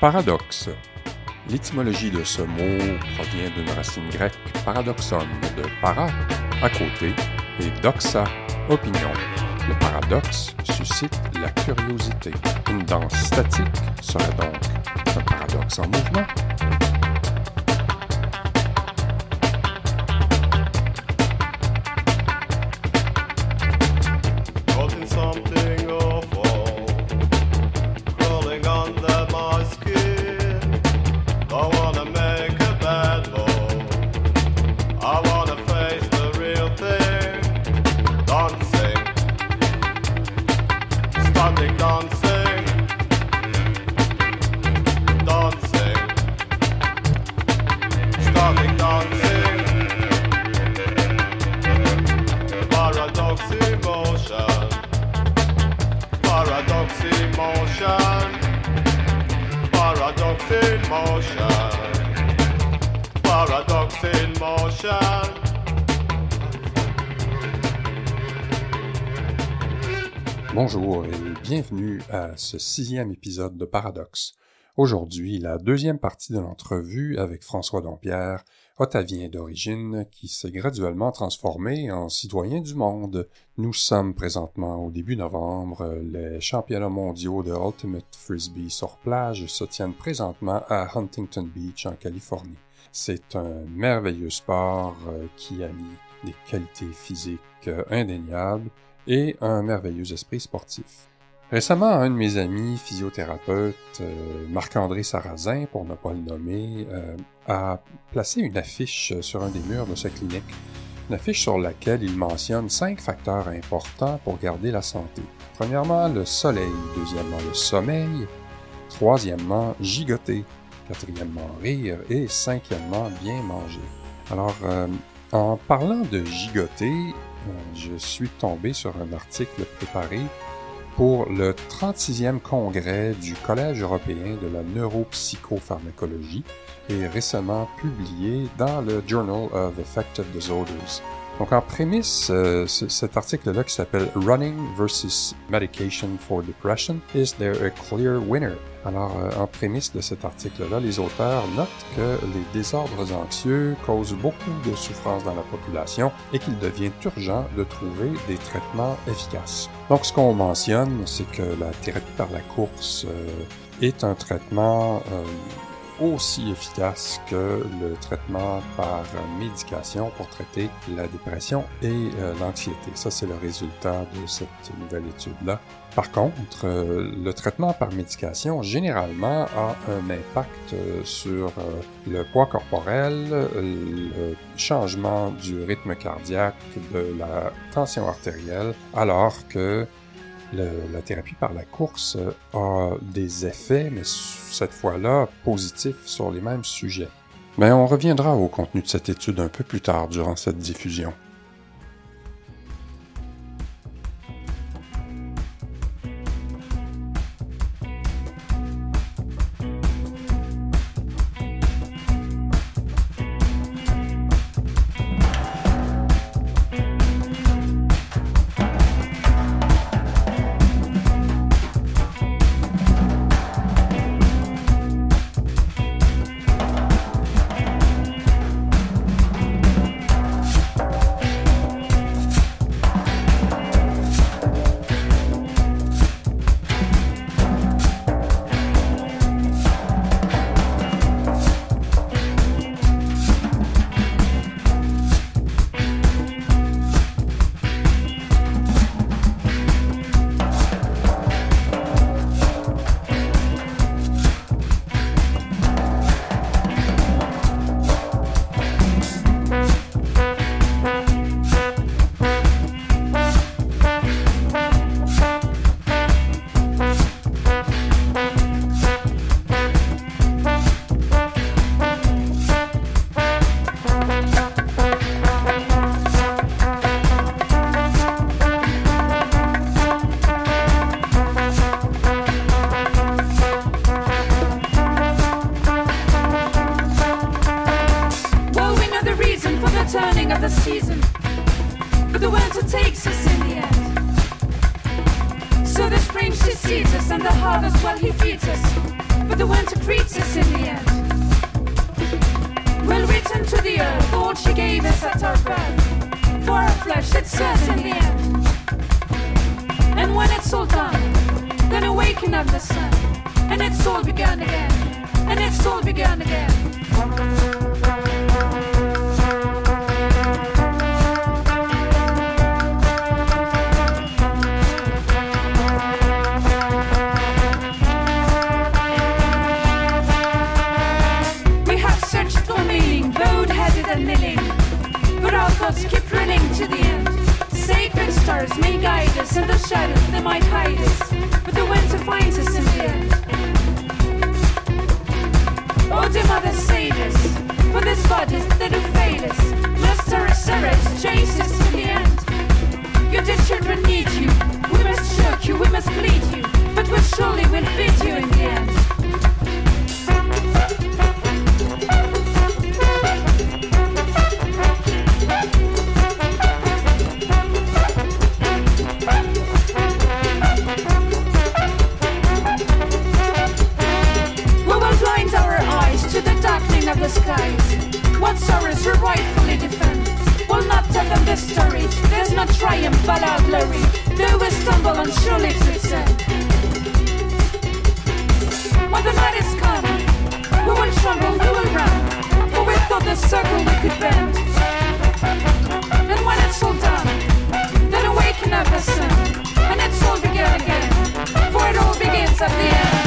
Paradoxe. L'étymologie de ce mot provient d'une racine grecque paradoxon, de para, à côté, et doxa, opinion. Le paradoxe suscite la curiosité. Une danse statique serait donc un paradoxe en mouvement. Bonjour et bienvenue à ce 6e épisode de Paradoxe. Aujourd'hui, la deuxième partie de l'entrevue avec François Dompierre, ottavien d'origine, qui s'est graduellement transformé en citoyen du monde. Nous sommes présentement au début novembre. Les championnats mondiaux de Ultimate Frisbee sur plage se tiennent présentement à Huntington Beach, en Californie. C'est un merveilleux sport qui allie des qualités physiques indéniables et un merveilleux esprit sportif. Récemment, un de mes amis physiothérapeutes, Marc-André Sarrazin, pour ne pas le nommer, a placé une affiche sur un des murs de sa clinique. Une affiche sur laquelle il mentionne 5 facteurs importants pour garder la santé. Premièrement, le soleil. Deuxièmement, le sommeil. Troisièmement, gigoter. Quatrièmement, rire. Et cinquièmement, bien manger. Alors, en parlant de gigoter, je suis tombé sur un article préparé pour le 36e congrès du Collège européen de la neuropsychopharmacologie et récemment publié dans le Journal of Affective Disorders. Donc en prémisse, cet article-là qui s'appelle « Running versus Medication for Depression, is there a clear winner ?» Alors, en prémisse de cet article-là, les auteurs notent que les désordres anxieux causent beaucoup de souffrance dans la population et qu'il devient urgent de trouver des traitements efficaces. Donc, ce qu'on mentionne, c'est que la thérapie par la course est un traitement aussi efficace que le traitement par médication pour traiter la dépression et l'anxiété. Ça, c'est le résultat de cette nouvelle étude-là. Par contre, le traitement par médication, généralement, a un impact sur le poids corporel, le changement du rythme cardiaque, de la tension artérielle, alors que la thérapie par la course a des effets, mais cette fois-là, positifs sur les mêmes sujets. Mais on reviendra au contenu de cette étude un peu plus tard durant cette diffusion. season, but the winter takes us in the end. So the spring spring she sees us, and the harvest, well, he feeds us. But the winter greets us in the end. We'll return to the earth, all she gave us at our birth. For our flesh, it's us in the end. And when it's all done, then awaken up the sun. And it's all begun again. And it's all begun again. Thoughts keep running to the end. Sacred stars may guide us, and the shadows they might hide us, but the winter finds us in the end. Oh, dear mother, save us, for these bodies that do fail us. Must our sorrows chase us to the end? Your dear children need you. We must choke you, we must bleed you, but we surely will feed you in the end. Of the skies, what sorrows we rightfully defend. We'll not tell them this story. There's no triumph without glory. Though we stumble on surely to its end. When the night is come, we will tremble, we will run, for we thought the circle we could bend. And when it's all done, then awaken up the sun, and it's all begun again, for it all begins at the end.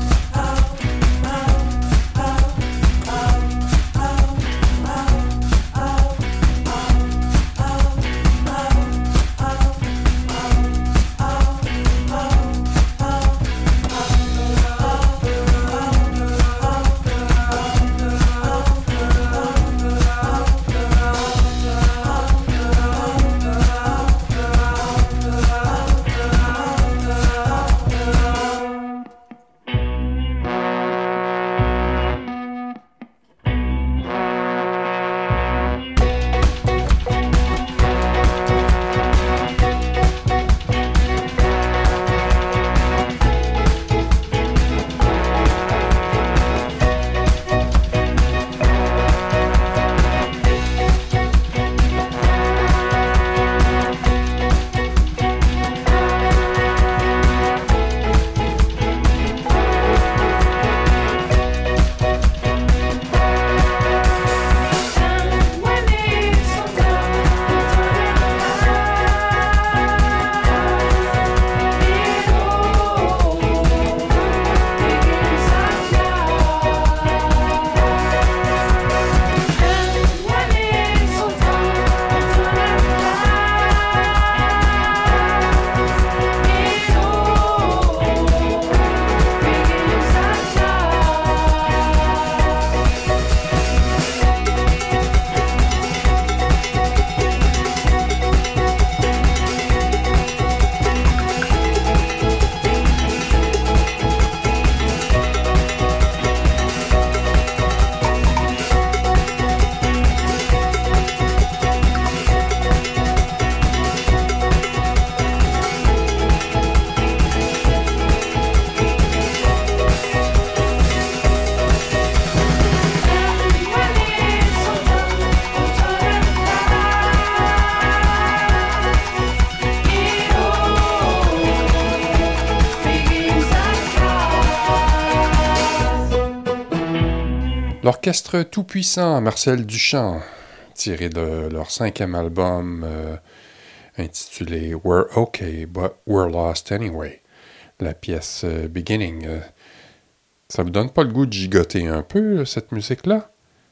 L'orchestre tout-puissant Marcel Duchamp, tiré de leur 5e album intitulé We're Okay, but We're Lost Anyway, la pièce Beginning. Ça vous donne pas le goût de gigoter un peu, cette musique-là?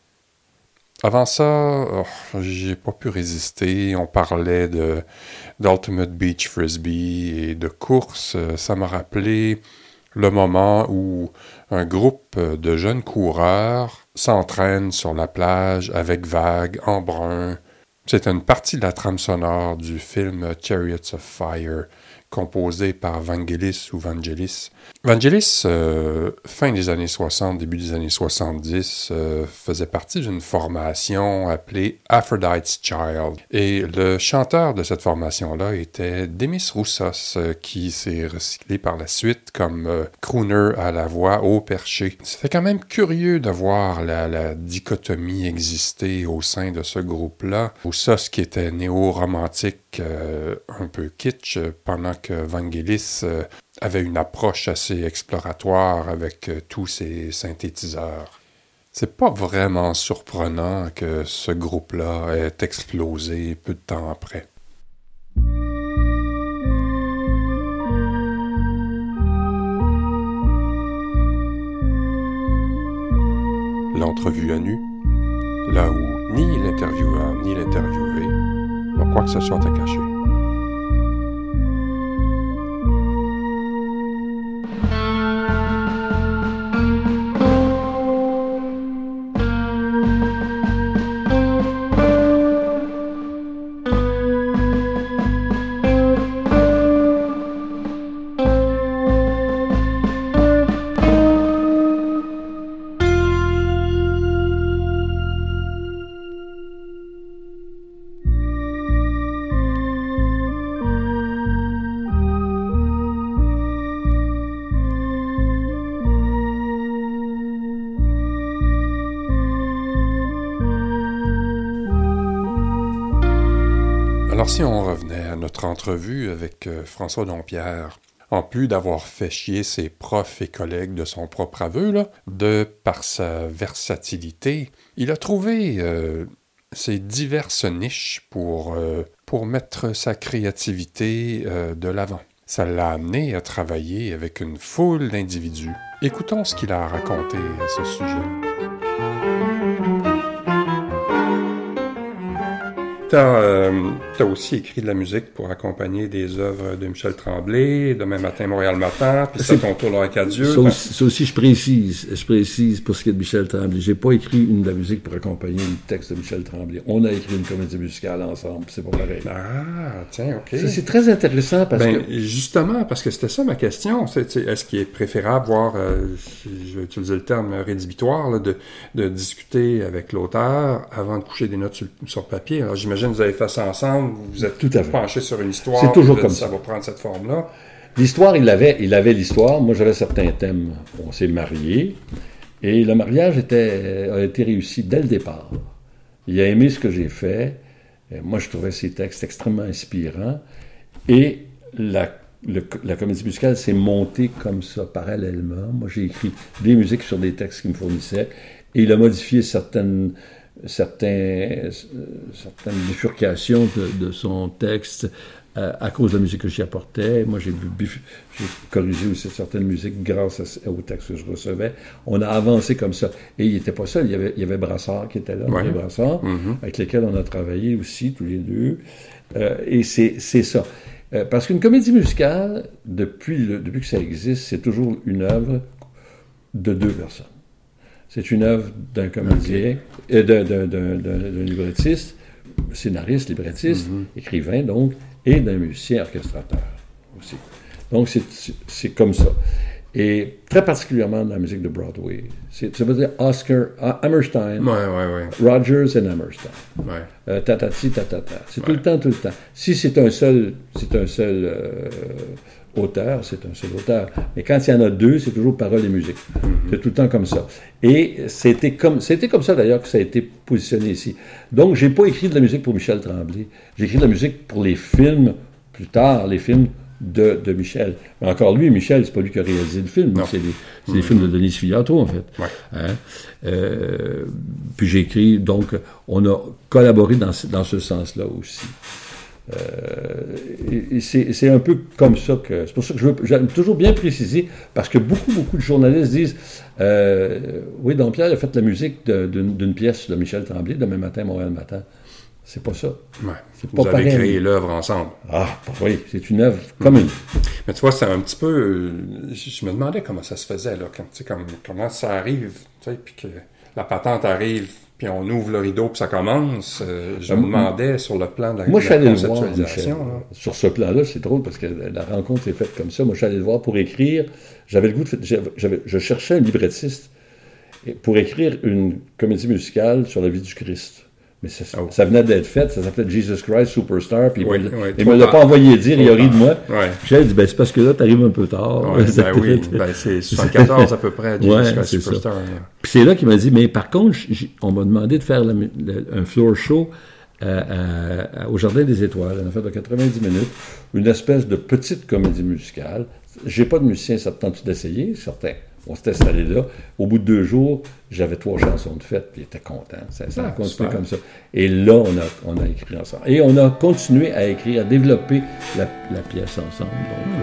Avant ça, j'ai pas pu résister. On parlait d'Ultimate Beach Frisbee et de course. Ça m'a rappelé le moment où un groupe de jeunes coureurs s'entraîne sur la plage avec vagues en brun. C'est une partie de la trame sonore du film Chariots of Fire composée par Vangelis ou Vangelis. Vangelis, fin des années 60, début des années 70, faisait partie d'une formation appelée Aphrodite's Child. Et le chanteur de cette formation-là était Demis Roussos, qui s'est recyclé par la suite comme crooner à la voix haut perché. C'était quand même curieux de voir la dichotomie exister au sein de ce groupe-là. Roussos qui était néo-romantique, un peu kitsch, pendant que Vangelis avait une approche assez exploratoire avec tous ses synthétiseurs. C'est pas vraiment surprenant que ce groupe-là ait explosé peu de temps après. L'entrevue à nu, là où ni l'intervieweur ni l'interviewé n'ont quoi que ce soit à cacher. Alors si on revenait à notre entrevue avec François Dompierre, en plus d'avoir fait chier ses profs et collègues de son propre aveu, là, de par sa versatilité, il a trouvé ses diverses niches pour mettre sa créativité de l'avant. Ça l'a amené à travailler avec une foule d'individus. Écoutons ce qu'il a raconté à ce sujet. T'as aussi écrit de la musique pour accompagner des œuvres de Michel Tremblay, Demain matin, Montréal matin, puis C'est ton tour, Laurent Dieu. Ça aussi, je précise pour ce qui est de Michel Tremblay. J'ai pas écrit de la musique pour accompagner le texte de Michel Tremblay. On a écrit une comédie musicale ensemble, c'est pas pareil. Ah, tiens, OK. Ça, c'est très intéressant parce que... Justement, parce que c'était ça ma question. Est-ce qu'il est préférable, voire, je vais utiliser le terme rédhibitoire, là, de discuter avec l'auteur avant de coucher des notes sur papier? Alors, j'imagine que vous avez fait ça ensemble, vous êtes tout à fait penché sur une histoire. C'est toujours comme ça va prendre cette forme-là. L'histoire, il avait l'histoire. Moi, j'avais certains thèmes. On s'est mariés. Et le mariage a été réussi dès le départ. Il a aimé ce que j'ai fait. Et moi, je trouvais ses textes extrêmement inspirants. Et la comédie musicale s'est montée comme ça, parallèlement. Moi, j'ai écrit des musiques sur des textes qu'il me fournissait. Et il a modifié certaines bifurcations de son texte à cause de la musique que j'y apportais. Moi, j'ai corrigé aussi certaines musiques grâce au texte que je recevais. On a avancé comme ça. Et il n'était pas seul. Il y avait Brassard qui était là, ouais. Brassard, avec lesquels on a travaillé aussi, tous les deux. Et c'est ça. Parce qu'une comédie musicale, depuis que ça existe, c'est toujours une œuvre de deux personnes. C'est une œuvre d'un comédien, d'un librettiste, scénariste, librettiste, écrivain donc, et d'un musicien orchestrateur aussi. Donc c'est comme ça. Et très particulièrement dans la musique de Broadway. Ça veut dire Hammerstein, Rodgers et Hammerstein. Ouais. Tatati, tatata. C'est tout le temps. Si c'est un seul auteur, c'est un seul auteur. Mais quand il y en a deux, c'est toujours paroles et musique. C'est tout le temps comme ça. Et c'était comme ça d'ailleurs que ça a été positionné ici. Donc, j'ai pas écrit de la musique pour Michel Tremblay. J'ai écrit de la musique pour les films, plus tard, les films de Michel. Mais encore lui, Michel, c'est pas lui qui a réalisé le film. C'est les films de Denis Filiatro, en fait. Ouais. Hein? Puis j'ai écrit, donc, on a collaboré dans ce sens-là aussi. Et c'est un peu comme ça que... C'est pour ça que j'aime toujours bien préciser, parce que beaucoup de journalistes disent oui, Dompierre a fait la musique d'une pièce de Michel Tremblay, Demain matin, Montréal matin. C'est pas ça. Ouais. Vous avez créé l'œuvre ensemble. Ah, oui, c'est une œuvre commune. Mais tu vois, c'est un petit peu... Je me demandais comment ça se faisait, là, comment ça arrive, tu sais, puis que la patente arrive, puis puis on ouvre le rideau puis ça commence. Je me demandais sur le plan de la, moi, je suis allé le voir, conceptualisation. Michel. Sur ce plan-là, c'est drôle parce que la rencontre est faite comme ça. Moi, je suis allé le voir pour écrire. J'avais le goût je cherchais un librettiste pour écrire une comédie musicale sur la vie du Christ. Mais ça venait d'être fait, ça s'appelait Jesus Christ Superstar, puis il me l'a pas envoyé dire, il a ri de moi. Ouais. Puis j'ai dit, c'est parce que là, t'arrives un peu tard. Ouais, oui, c'est 74 à peu près, Jesus Christ Superstar. Puis c'est là qu'il m'a dit, mais par contre, on m'a demandé de faire un floor show au Jardin des Étoiles, une affaire de 90 minutes, une espèce de petite comédie musicale. J'ai pas de musicien, ça te tente d'essayer? Certain. On s'est installé là. Au bout de 2 jours, j'avais 3 chansons de fête, puis il était content. Ça a continué comme ça. Et là, on a écrit ensemble. Et on a continué à écrire, à développer la pièce ensemble. Donc,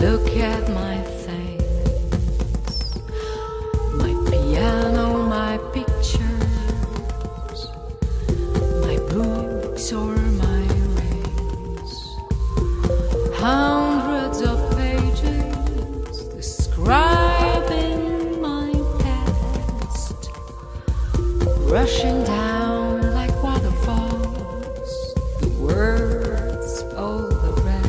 Look at my things, my piano, my pictures, my books or my rings. Hundreds of pages describing my past, rushing down like waterfalls, the words, all the rest.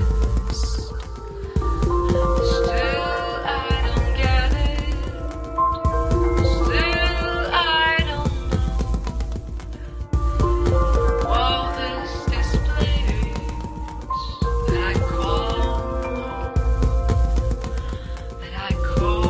Still I don't get it, still I don't know all this displays that I call home, that I call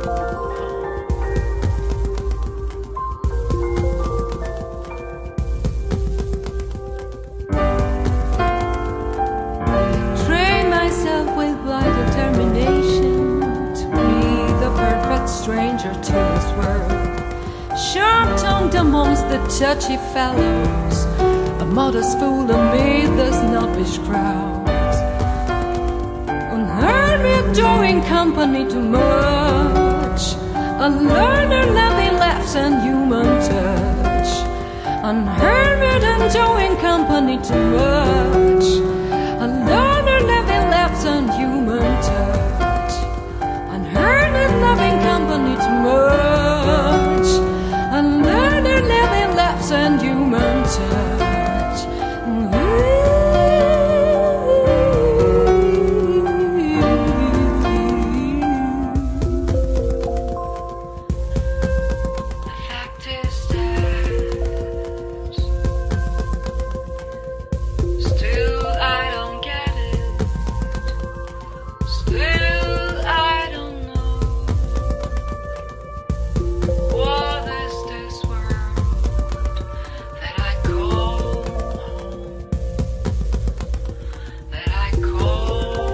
train myself with blind determination to be the perfect stranger to this world, sharp-tongued amongst the touchy fellows, a modest fool amid the snobbish crowds, unheard me adoring company too much, a learner loving laughs and human touch, unheard me enjoying company too much, a learner loving laughs and human touch, unheard me loving company too much, a learner loving laughs and human touch. The fact is that still I don't get it, still I don't know what is this world that I call home, that I call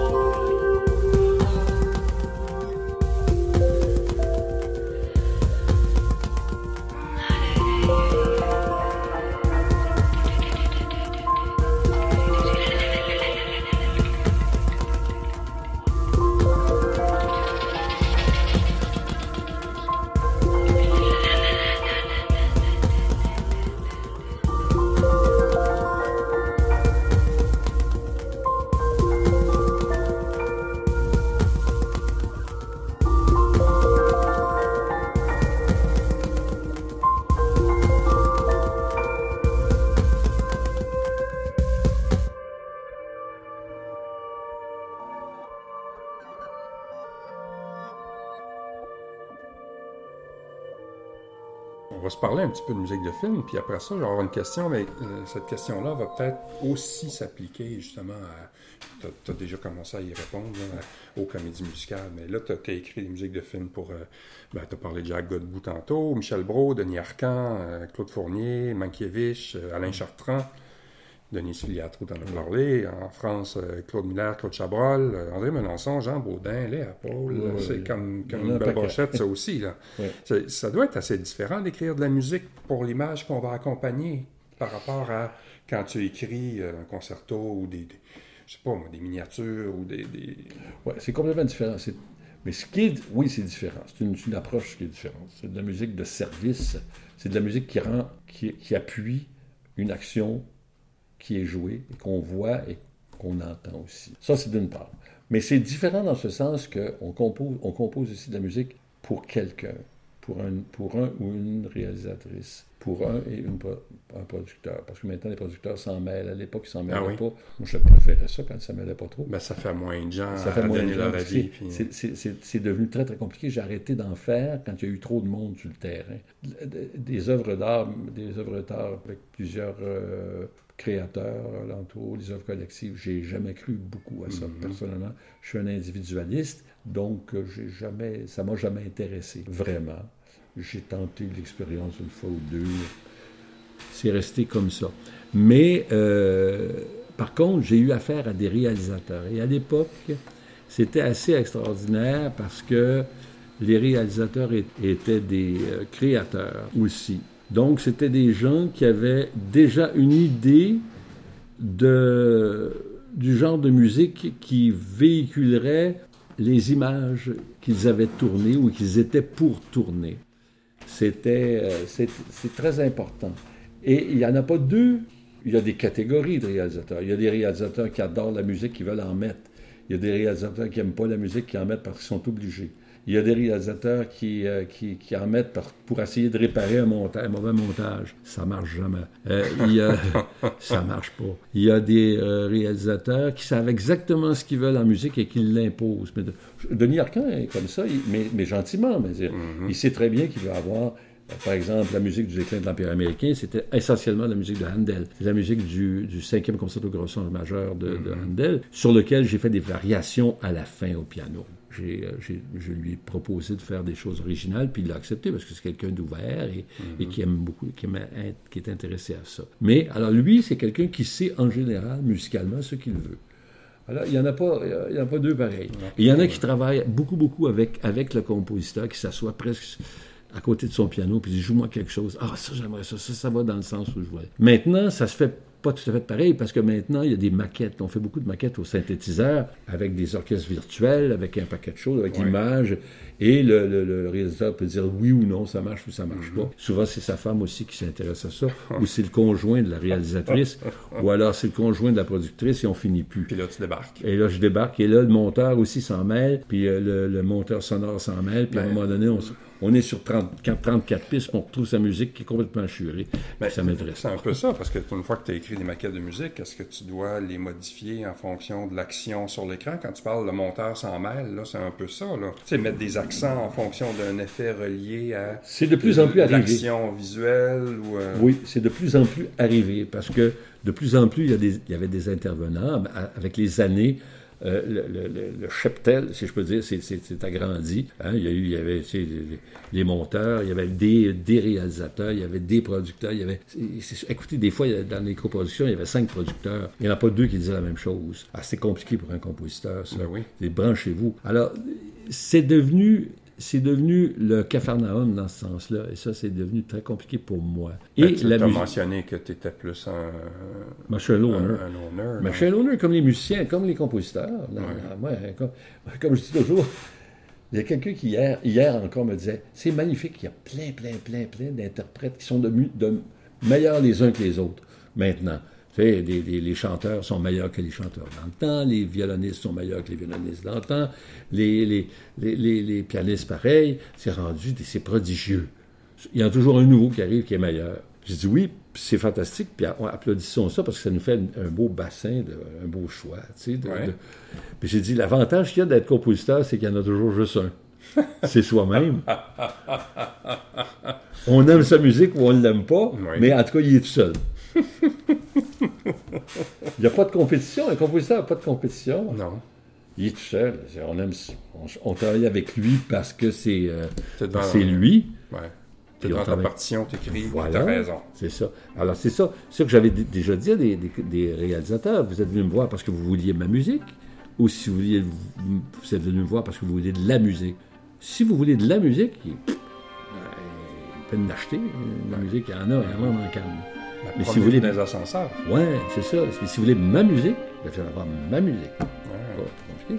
On va se parler un petit peu de musique de film, puis après ça, je vais avoir une question, mais cette question-là va peut-être aussi s'appliquer justement à... Tu as déjà commencé à y répondre là, aux comédies musicales, mais là, tu as écrit des musiques de films pour... tu as parlé de Jacques Godbout tantôt, Michel Brault, Denis Arcand, Claude Fournier, Mankiewicz, Alain Chartrand, Denis Filiatro, t'en as parlé. En France, Claude Miller, Claude Chabrol, André Melançon, Jean Baudin, Léa Paul. C'est comme une belle brochette, ça aussi. Là. Ça doit être assez différent d'écrire de la musique pour l'image qu'on va accompagner par rapport à quand tu écris un concerto ou des je sais pas moi, des miniatures ou des... Oui, c'est complètement différent. Mais oui, c'est différent. C'est une approche qui est différente. C'est de la musique de service. C'est de la musique qui appuie une action qui est jouée et qu'on voit et qu'on entend aussi. Ça, c'est d'une part. Mais c'est différent dans ce sens qu'on compose aussi de la musique pour quelqu'un, pour un ou une réalisatrice, pour un producteur. Parce que maintenant, les producteurs s'en mêlent. À l'époque, ils s'en mêlaient pas. Moi, je préférais ça quand ils s'en mêlaient pas trop. Ben, ça fait moins de gens ça fait moins donner de gens. leur avis. C'est devenu très, très compliqué. J'ai arrêté d'en faire quand il y a eu trop de monde sur le terrain. Des œuvres d'art avec plusieurs créateurs alentour, des œuvres collectives, j'ai jamais cru beaucoup à ça. Personnellement, je suis un individualiste, donc ça m'a jamais intéressé, vraiment. J'ai tenté l'expérience une fois ou deux. C'est resté comme ça. Mais, par contre, j'ai eu affaire à des réalisateurs. Et à l'époque, c'était assez extraordinaire parce que les réalisateurs étaient des créateurs aussi. Donc, c'était des gens qui avaient déjà une idée du genre de musique qui véhiculerait les images qu'ils avaient tournées ou qu'ils étaient pour tourner. C'est très important. Et il n'y en a pas deux. Il y a des catégories de réalisateurs. Il y a des réalisateurs qui adorent la musique, qui veulent en mettre. Il y a des réalisateurs qui n'aiment pas la musique, qui en mettent parce qu'ils sont obligés. Il y a des réalisateurs qui en mettent pour essayer de réparer un mauvais montage. Ça marche jamais. Ça marche pas. Il y a des réalisateurs qui savent exactement ce qu'ils veulent en musique et qui l'imposent. Mais Denis Arcand est comme ça, mais gentiment. Mais il sait très bien qu'il veut avoir... Par exemple, la musique du déclin de l'Empire américain, c'était essentiellement la musique de Handel. C'est la musique du 5e concerto grosso majeur de Handel, sur lequel j'ai fait des variations à la fin au piano. Je lui ai proposé de faire des choses originales, puis il l'a accepté parce que c'est quelqu'un d'ouvert et qui aime beaucoup, qui est intéressé à ça. Mais, alors lui, c'est quelqu'un qui sait en général, musicalement, ce qu'il veut. Alors, il n'y en a pas deux pareils. Et il y en a qui travaillent beaucoup avec le compositeur, qui s'assoit presque à côté de son piano, puis il dit « Joue-moi quelque chose. » Ah, ça, j'aimerais ça. Ça va dans le sens où je voulais. Maintenant, ça se fait pas tout à fait pareil, parce que maintenant, il y a des maquettes. On fait beaucoup de maquettes au synthétiseur, avec des orchestres virtuels, avec un paquet de choses, avec l'image, et le réalisateur peut dire oui ou non, ça marche ou ça marche pas. Souvent, c'est sa femme aussi qui s'intéresse à ça, ou c'est le conjoint de la réalisatrice, ou alors c'est le conjoint de la productrice, et on finit plus. Puis là, tu débarques. Et là, je débarque, et là, le monteur aussi s'en mêle, puis le monteur sonore s'en mêle, puis à un moment donné, on est sur 34 pistes, on retrouve sa musique qui est complètement assurée. Ça m'intéresse. C'est un peu ça, parce que une fois que tu as écrit des maquettes de musique, est-ce que tu dois les modifier en fonction de l'action sur l'écran? Quand tu parles, le monteur s'en mêle, là, c'est un peu ça, là. Tu sais, mettre des accents en fonction d'un effet relié à... C'est de plus en plus arrivé. L'action visuelle ou... Oui, c'est de plus en plus arrivé, parce que de plus en plus, il y avait des intervenants. Avec les années, le cheptel, si je peux dire, c'est agrandi. Hein? Il y avait les monteurs, il y avait des réalisateurs, il y avait des producteurs. Écoutez, des fois, dans les coproductions, il y avait 5 producteurs. Il n'y en a pas 2 qui disaient la même chose. Ah, c'est compliqué pour un compositeur, ça. Ben oui. Branchez-vous. Alors, c'est devenu le Capharnaüm dans ce sens-là, et ça, c'est devenu très compliqué pour moi. Et tu as mentionné que tu étais plus un loner. Mais je suis un loner comme les musiciens, comme les compositeurs. Moi, comme je dis toujours, il y a quelqu'un qui, hier encore, me disait « C'est magnifique, il y a plein d'interprètes qui sont de meilleurs les uns que les autres, maintenant. » Tu sais, les chanteurs sont meilleurs que les chanteurs dans le temps, les violonistes sont meilleurs que les violonistes dans le temps, les pianistes, pareil, c'est prodigieux. Il y a toujours un nouveau qui arrive qui est meilleur. J'ai dit oui, c'est fantastique, puis applaudissons ça parce que ça nous fait un beau bassin, un beau choix. Tu sais, Puis j'ai dit, l'avantage qu'il y a d'être compositeur, c'est qu'il y en a toujours juste un. C'est soi-même. On aime sa musique ou on ne l'aime pas, mais en tout cas, il est tout seul. Il n'y a pas de compétition. Un compositeur n'a pas de compétition. Non. Il est tout seul. On travaille avec lui parce que c'est lui. Ouais. Tu es dans ta partition, tu écris, tu as raison. C'est ça. Alors, c'est ça que j'avais déjà dit à des réalisateurs. Vous êtes venus me voir parce que vous vouliez ma musique, ou si vous êtes venus me voir parce que vous vouliez de la musique. Si vous voulez de la musique, peine d'acheter. La musique, il y en a en canne. Mais si vous voulez des ascenseurs. Ouais, c'est ça. Mais si vous voulez ma musique, il va falloir avoir ma musique. Ouais. Pas compliqué.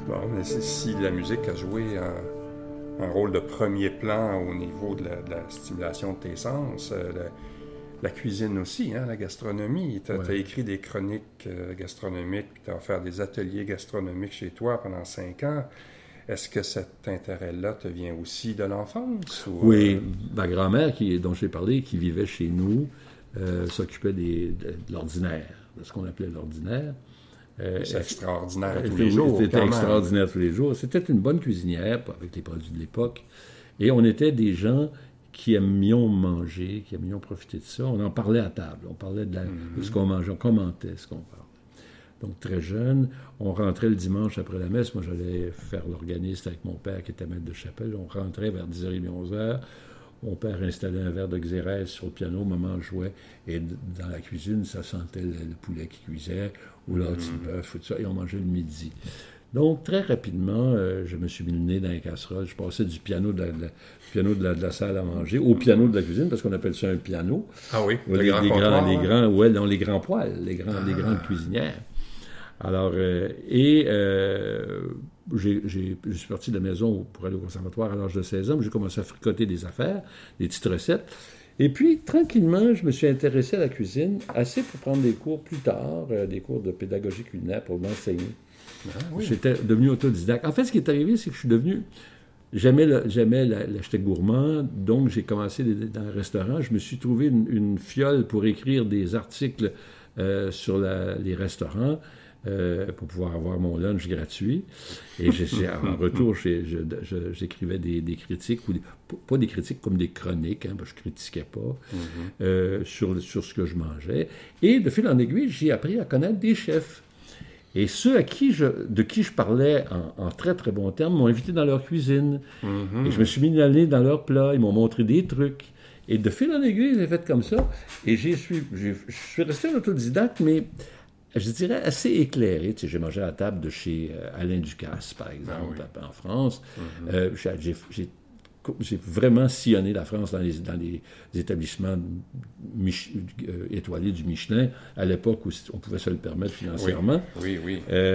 Bon, mais si la musique a joué un rôle de premier plan au niveau de la stimulation de tes sens, la cuisine aussi, hein, la gastronomie. Tu as écrit des chroniques gastronomiques, puis tu as offert des ateliers gastronomiques chez toi pendant 5 ans. Est-ce que cet intérêt-là te vient aussi de l'enfance? Oui, ma grand-mère, dont j'ai parlé, qui vivait chez nous, s'occupait de l'ordinaire, de ce qu'on appelait l'ordinaire. C'est extraordinaire tous les jours. C'était extraordinaire tous les jours. C'était une bonne cuisinière, avec les produits de l'époque. Et on était des gens qui aimions manger, qui aimions profiter de ça. On en parlait à table. On parlait de ce qu'on mangeait, on commentait ce qu'on parlait. Donc, très jeune, on rentrait le dimanche après la messe. Moi, j'allais faire l'organiste avec mon père qui était maître de chapelle. On rentrait vers 10h30, 11h. Mon père installait un verre de xérès sur le piano, maman jouait. Et dans la cuisine, ça sentait le poulet qui cuisait, ou le bœuf, tout ça, et on mangeait le midi. Donc, très rapidement, je me suis mis le nez dans les casseroles. Je passais du piano de la salle à manger au piano de la cuisine, parce qu'on appelle ça un piano. Ah oui, les grands poêles, les grandes cuisinières. Alors, je suis parti de la maison pour aller au conservatoire à l'âge de 16 ans. J'ai commencé à fricoter des affaires, des petites recettes. Et puis, tranquillement, je me suis intéressé à la cuisine, assez pour prendre des cours plus tard, des cours de pédagogie culinaire pour m'enseigner. Ah, oui. J'étais devenu autodidacte. En fait, ce qui est arrivé, c'est que je suis devenu... J'aimais l'acheter gourmand, donc j'ai commencé dans le restaurant. Je me suis trouvé une fiole pour écrire des articles sur les restaurants. Pour pouvoir avoir mon lunch gratuit. Et en retour, j'écrivais des critiques, pas des critiques comme des chroniques, hein, parce que je ne critiquais pas, sur ce que je mangeais. Et de fil en aiguille, j'ai appris à connaître des chefs. Et ceux de qui je parlais en très, très bons termes m'ont invité dans leur cuisine. Mm-hmm. Et je me suis mis à aller dans leurs plats. Ils m'ont montré des trucs. Et de fil en aiguille, j'ai fait comme ça. Et je suis resté un autodidacte, mais... je dirais assez éclairé. Tu sais, j'ai mangé à la table de chez Alain Ducasse, par exemple, en France. Mm-hmm. J'ai vraiment sillonné la France dans les établissements étoilés du Michelin, à l'époque où on pouvait se le permettre financièrement. Oui.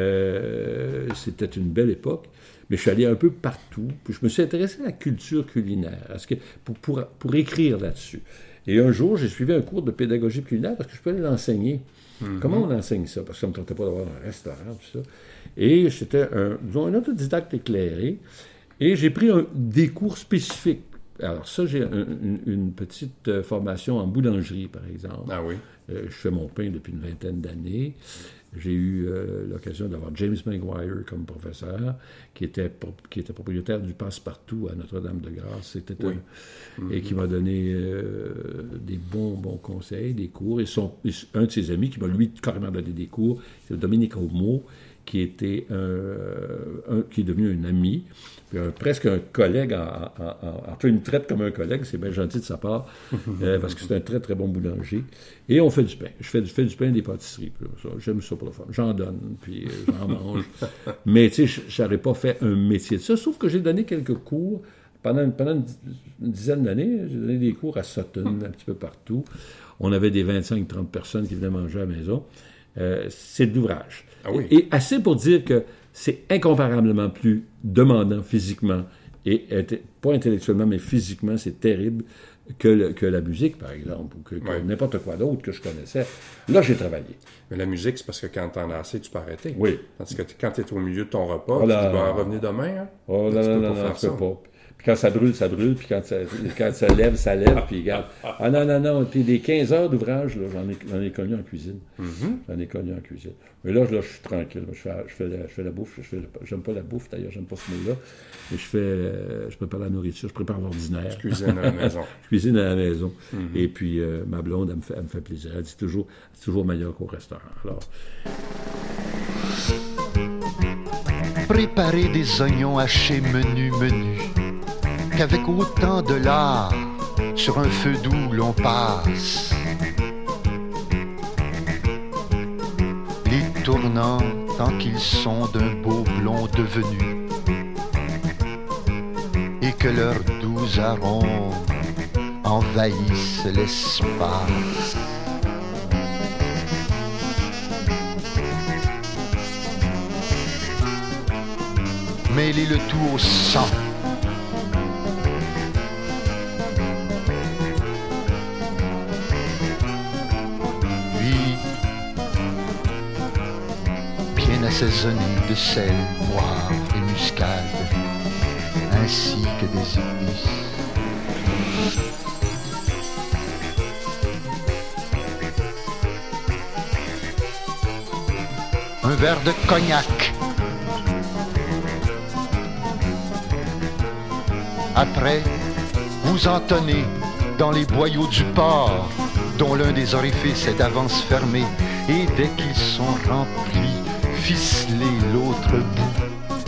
C'était une belle époque. Mais je suis allé un peu partout. Puis je me suis intéressé à la culture culinaire, pour écrire là-dessus. Et un jour, j'ai suivi un cours de pédagogie culinaire parce que je pouvais l'enseigner. Mm-hmm. Comment on enseigne ça? Parce que ça ne me tentait pas d'avoir un restaurant, tout ça. Et j'étais un autodidacte éclairé. Et j'ai pris des cours spécifiques. Alors ça, j'ai une petite formation en boulangerie, par exemple. Ah oui? Je fais mon pain depuis une 20aine d'années. J'ai eu l'occasion d'avoir James Maguire comme professeur, qui était propriétaire du Passe-Partout à Notre-Dame-de-Grâce. Et qui m'a donné des bons conseils, des cours. Et un de ses amis qui m'a, lui, carrément donné des cours, c'est Dominique Aumeau, qui est devenu un ami, puis presque un collègue, enfin, il me traite comme un collègue, c'est bien gentil de sa part, parce que c'est un très, très bon boulanger. Et on fait du pain. Je fais du pain et des pâtisseries. J'aime ça pour le fun. J'en donne, puis j'en mange. Mais, tu sais, je n'aurais pas fait un métier de ça, sauf que j'ai donné quelques cours. Pendant une dizaine d'années, j'ai donné des cours à Sutton, un petit peu partout. On avait des 25-30 personnes qui venaient manger à la maison. C'est de l'ouvrage. Ah oui. Et assez pour dire que c'est incomparablement plus demandant physiquement, et pas intellectuellement, mais physiquement, c'est terrible que la musique, par exemple, ou que n'importe quoi d'autre que je connaissais. Là, j'ai travaillé. Mais la musique, c'est parce que quand t'en as assez, tu peux arrêter. Oui. Parce que quand t'es au milieu de ton repas, tu vas revenir demain. Hein? Oh non, je peux pas. Puis quand ça brûle, puis quand ça lève, ça lève, puis regarde. Ah non, puis des 15 heures d'ouvrage, là, j'en ai connu en cuisine. Mm-hmm. J'en ai connu en cuisine. Mais là, je suis tranquille. Je fais la bouffe. J'aime pas la bouffe, d'ailleurs, j'aime pas ce mot-là. Mais je prépare la nourriture, je prépare l'ordinaire. Tu cuisines à la maison. Je cuisine à la maison. Mm-hmm. Et puis, ma blonde, elle me fait plaisir. Elle dit c'est toujours meilleur qu'au restaurant. Alors... Préparer des oignons hachés menu. Qu'avec autant de lard, sur un feu doux l'on passe, les tournant tant qu'ils sont d'un beau blond devenu, et que leurs doux arômes envahissent l'espace. mêler le tout au sang. Puis, bien assaisonné de sel, poivre et muscade, ainsi que des épices. Un verre de cognac. Après, vous entonnez dans les boyaux du porc, dont l'un des orifices est d'avance fermé, et dès qu'ils sont remplis, ficelez l'autre bout.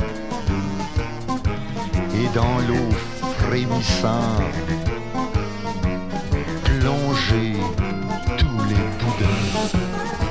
Et dans l'eau frémissante, plongez tous les boudins.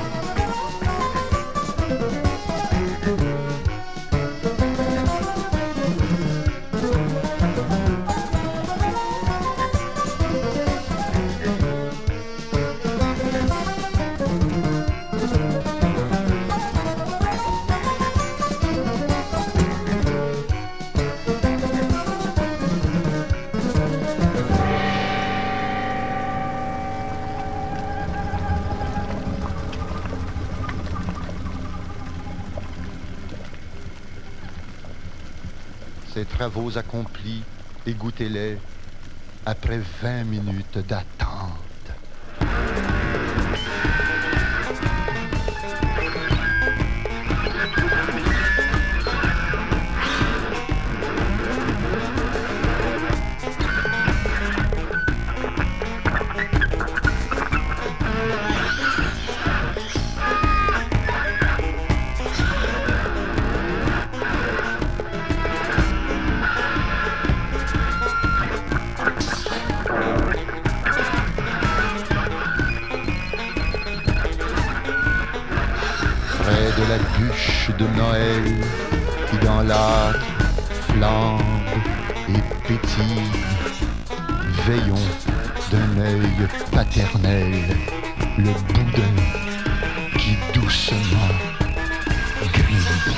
Ces travaux accomplis, égouttez-les après 20 minutes d'attente. Près de la bûche de Noël qui dans l'âtre flambe et pétille, veillons d'un œil paternel le boudin qui doucement grille.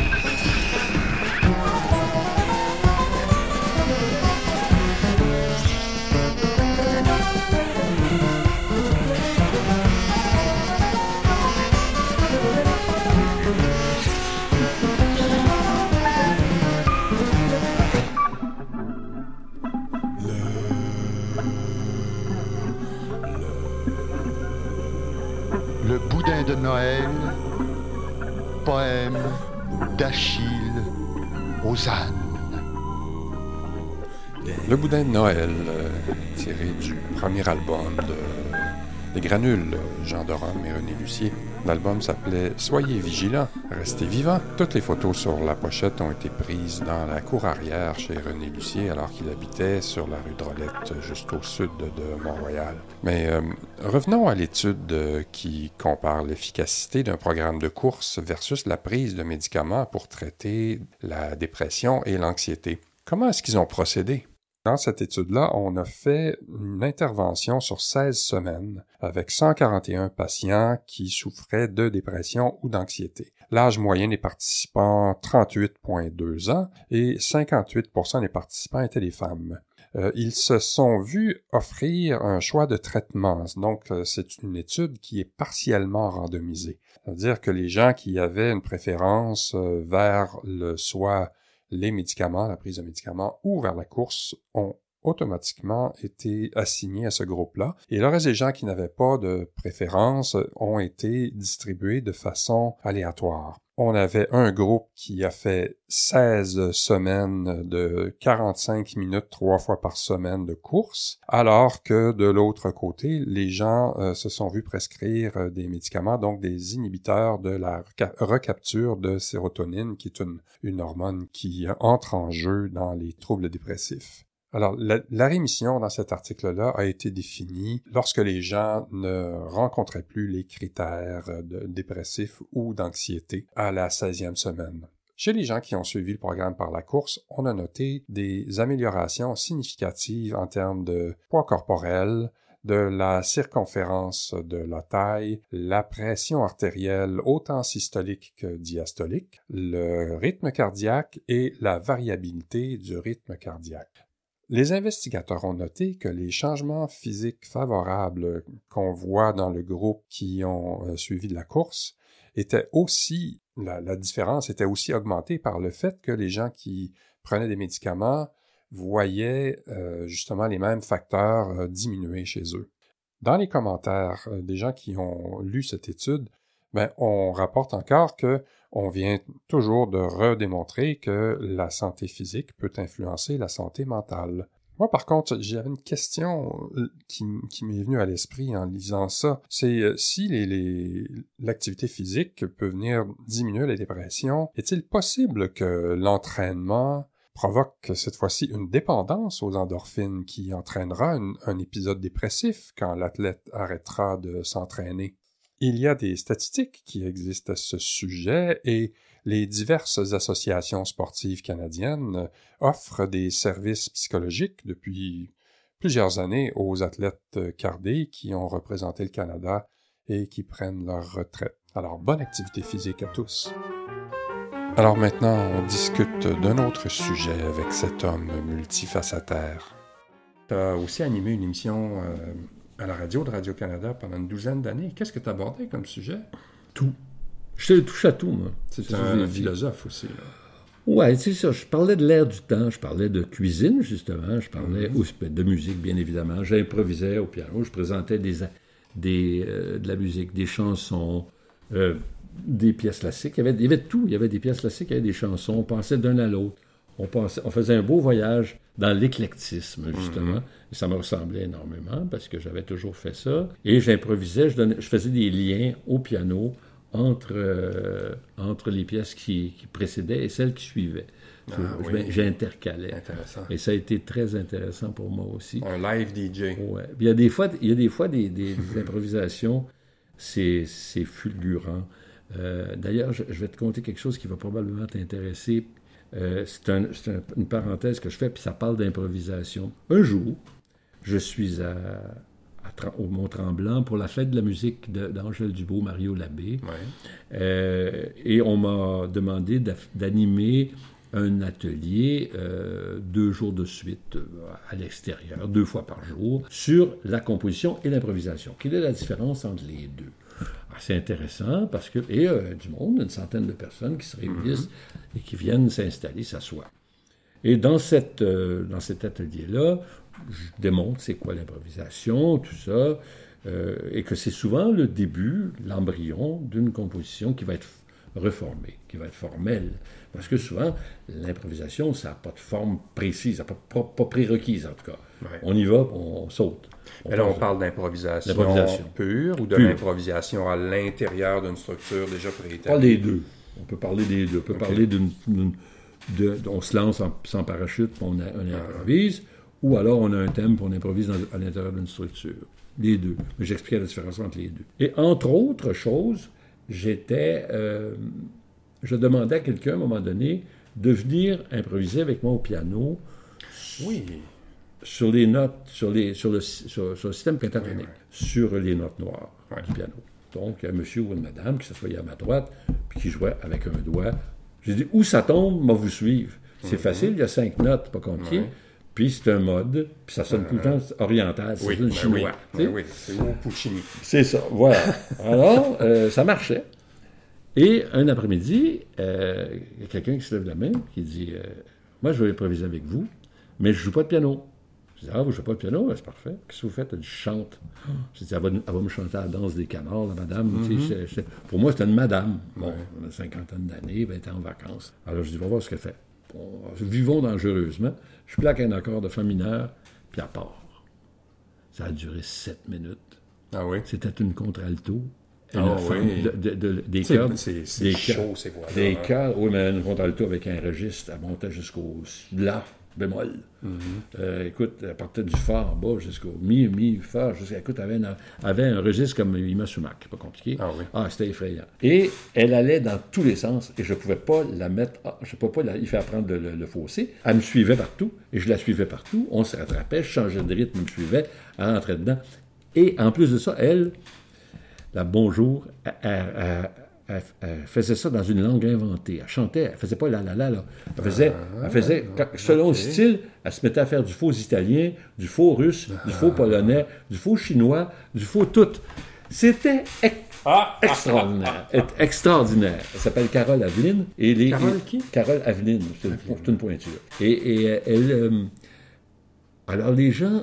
Le boudin de Noël, poème d'Achille aux ânes. Le boudin de Noël, tiré du premier album des Granules, Jean de Rome et René Lucier. L'album s'appelait « Soyez vigilants, restez vivants ». Toutes les photos sur la pochette ont été prises dans la cour arrière chez René Lucier alors qu'il habitait sur la rue Drolette, juste au sud de Mont-Royal. Mais revenons à l'étude qui compare l'efficacité d'un programme de course versus la prise de médicaments pour traiter la dépression et l'anxiété. Comment est-ce qu'ils ont procédé? Dans cette étude-là, on a fait une intervention sur 16 semaines avec 141 patients qui souffraient de dépression ou d'anxiété. L'âge moyen des participants, 38,2 ans, et 58% des participants étaient des femmes. Ils se sont vus offrir un choix de traitement. Donc, c'est une étude qui est partiellement randomisée. C'est-à-dire que les gens qui avaient une préférence vers soit les médicaments, la prise de médicaments, ou vers la course, ont automatiquement été assignés à ce groupe-là. Et le reste des gens qui n'avaient pas de préférence ont été distribués de façon aléatoire. On avait un groupe qui a fait 16 semaines de 45 minutes 3 fois par semaine de course, alors que de l'autre côté, les gens se sont vus prescrire des médicaments, donc des inhibiteurs de la recapture de sérotonine, qui est une hormone qui entre en jeu dans les troubles dépressifs. Alors, la rémission dans cet article-là a été définie lorsque les gens ne rencontraient plus les critères dépressifs ou d'anxiété à la 16e semaine. Chez les gens qui ont suivi le programme par la course, on a noté des améliorations significatives en termes de poids corporel, de la circonférence de la taille, la pression artérielle autant systolique que diastolique, le rythme cardiaque et la variabilité du rythme cardiaque. Les investigateurs ont noté que les changements physiques favorables qu'on voit dans le groupe qui ont suivi de la course étaient aussi, la différence était aussi augmentée par le fait que les gens qui prenaient des médicaments voyaient justement les mêmes facteurs diminuer chez eux. Dans les commentaires des gens qui ont lu cette étude, on rapporte encore que on vient toujours de redémontrer que la santé physique peut influencer la santé mentale. Moi, par contre, j'avais une question qui m'est venue à l'esprit en lisant ça. C'est si l'activité physique peut venir diminuer la dépression, est-il possible que l'entraînement provoque cette fois-ci une dépendance aux endorphines qui entraînera un épisode dépressif quand l'athlète arrêtera de s'entraîner? Il y a des statistiques qui existent à ce sujet et les diverses associations sportives canadiennes offrent des services psychologiques depuis plusieurs années aux athlètes cardés qui ont représenté le Canada et qui prennent leur retraite. Alors, bonne activité physique à tous. Alors maintenant, on discute d'un autre sujet avec cet homme multifacataire. Tu as aussi animé une émission à la radio de Radio-Canada pendant une douzaine d'années. Qu'est-ce que tu abordais comme sujet? Tout. Je touche à tout, moi. C'est un philosophe aussi, là. Ouais, c'est ça. Je parlais de l'air du temps, je parlais de cuisine, justement, je parlais de musique, bien évidemment. J'improvisais au piano, je présentais de la musique, des chansons, des pièces classiques. Il y avait de tout. Il y avait des pièces classiques, il y avait des chansons. On passait d'un à l'autre. On faisait un beau voyage dans l'éclectisme, justement. Et ça me ressemblait énormément parce que j'avais toujours fait ça. Et j'improvisais, je faisais des liens au piano entre les pièces qui précédaient et celles qui suivaient. J'intercalais. Intéressant. Et ça a été très intéressant pour moi aussi. Un live DJ. Ouais. Il y a des fois des improvisations, c'est fulgurant. D'ailleurs, je vais te conter quelque chose qui va probablement t'intéresser. C'est une parenthèse que je fais, puis ça parle d'improvisation. Un jour, je suis au Mont-Tremblant pour la fête de la musique d'Angèle Dubois, Mario Labbé. Ouais. Et on m'a demandé d'animer un atelier 2 jours de suite à l'extérieur, 2 fois par jour, sur la composition et l'improvisation. Quelle est la différence entre les deux? C'est intéressant parce que... Et du monde, une centaine de personnes qui se réunissent et qui viennent s'installer, s'asseoir. Et dans cet atelier-là, je démontre c'est quoi l'improvisation, tout ça, et que c'est souvent le début, l'embryon d'une composition qui va être reformée, qui va être formelle. Parce que souvent, l'improvisation, ça n'a pas de forme précise, ça n'a pas prérequise en tout cas. Ouais. On y va, on saute. Mais là, on parle d'improvisation pure ou de l'improvisation à l'intérieur d'une structure déjà préétablie? Pas les deux. On peut parler des deux. On peut parler on se lance sans parachute, puis on improvise, ou alors on a un thème, puis on improvise à l'intérieur d'une structure. Les deux. Mais j'expliquais la différence entre les deux. Et entre autres choses, je demandais à quelqu'un, à un moment donné, de venir improviser avec moi au piano. Oui. Sur les notes, sur le système pentatonique, sur les notes noires du piano. Donc, un monsieur ou une madame qui s'assoyait à ma droite, puis qui jouait avec un doigt. J'ai dit, où ça tombe, moi vous suivre. C'est facile, il y a 5 notes, pas compliqué. Puis c'est un mode, puis ça sonne tout le temps oriental, c'est une chinois. Oui, c'est au Puccini. C'est ça, voilà. Alors, ça marchait. Et un après-midi, il y a quelqu'un qui se lève la main, qui dit, moi je vais improviser avec vous, mais je ne joue pas de piano. Je dis, vous ne jouez pas de piano? Ben, c'est parfait. Qu'est-ce que vous faites? Elle dit, je chante. Je dis, elle va me chanter à la danse des canards, la madame. Pour moi, c'était une madame. Bon, on a une cinquantaine d'années, elle était en vacances. Alors, je dis, va voir ce qu'elle fait. Vivons dangereusement. Je plaque un accord de fa mineur, puis elle part. Ça a duré 7 minutes. Ah oui? C'était une contre-alto. Des cordes. C'est chaud, ces voix-là. Des cordes, oui, mais une contre-alto avec un registre, elle montait jusqu'au la bémol. Écoute, elle partait du fa en bas jusqu'au mi, fa, écoute, elle avait un registre comme Ima Sumac, pas compliqué. Ah oui. C'était effrayant. Et elle allait dans tous les sens, et je ne pouvais pas la mettre, je ne pouvais pas y faire prendre le fossé. Elle me suivait partout, et je la suivais partout. On se rattrapait, je changeais de rythme, elle me suivait, elle rentrait dedans. Et en plus de ça, elle, la Bonjour, elle faisait ça dans une langue inventée. Elle chantait, elle faisait pas la. Elle faisait selon le style, elle se mettait à faire du faux italien, du faux russe, du faux polonais, du faux chinois, du faux tout. C'était extraordinaire. Extraordinaire. Elle s'appelle Carole Aveline. Carole qui? Carole Aveline, c'est une pointure. Et elle... alors les gens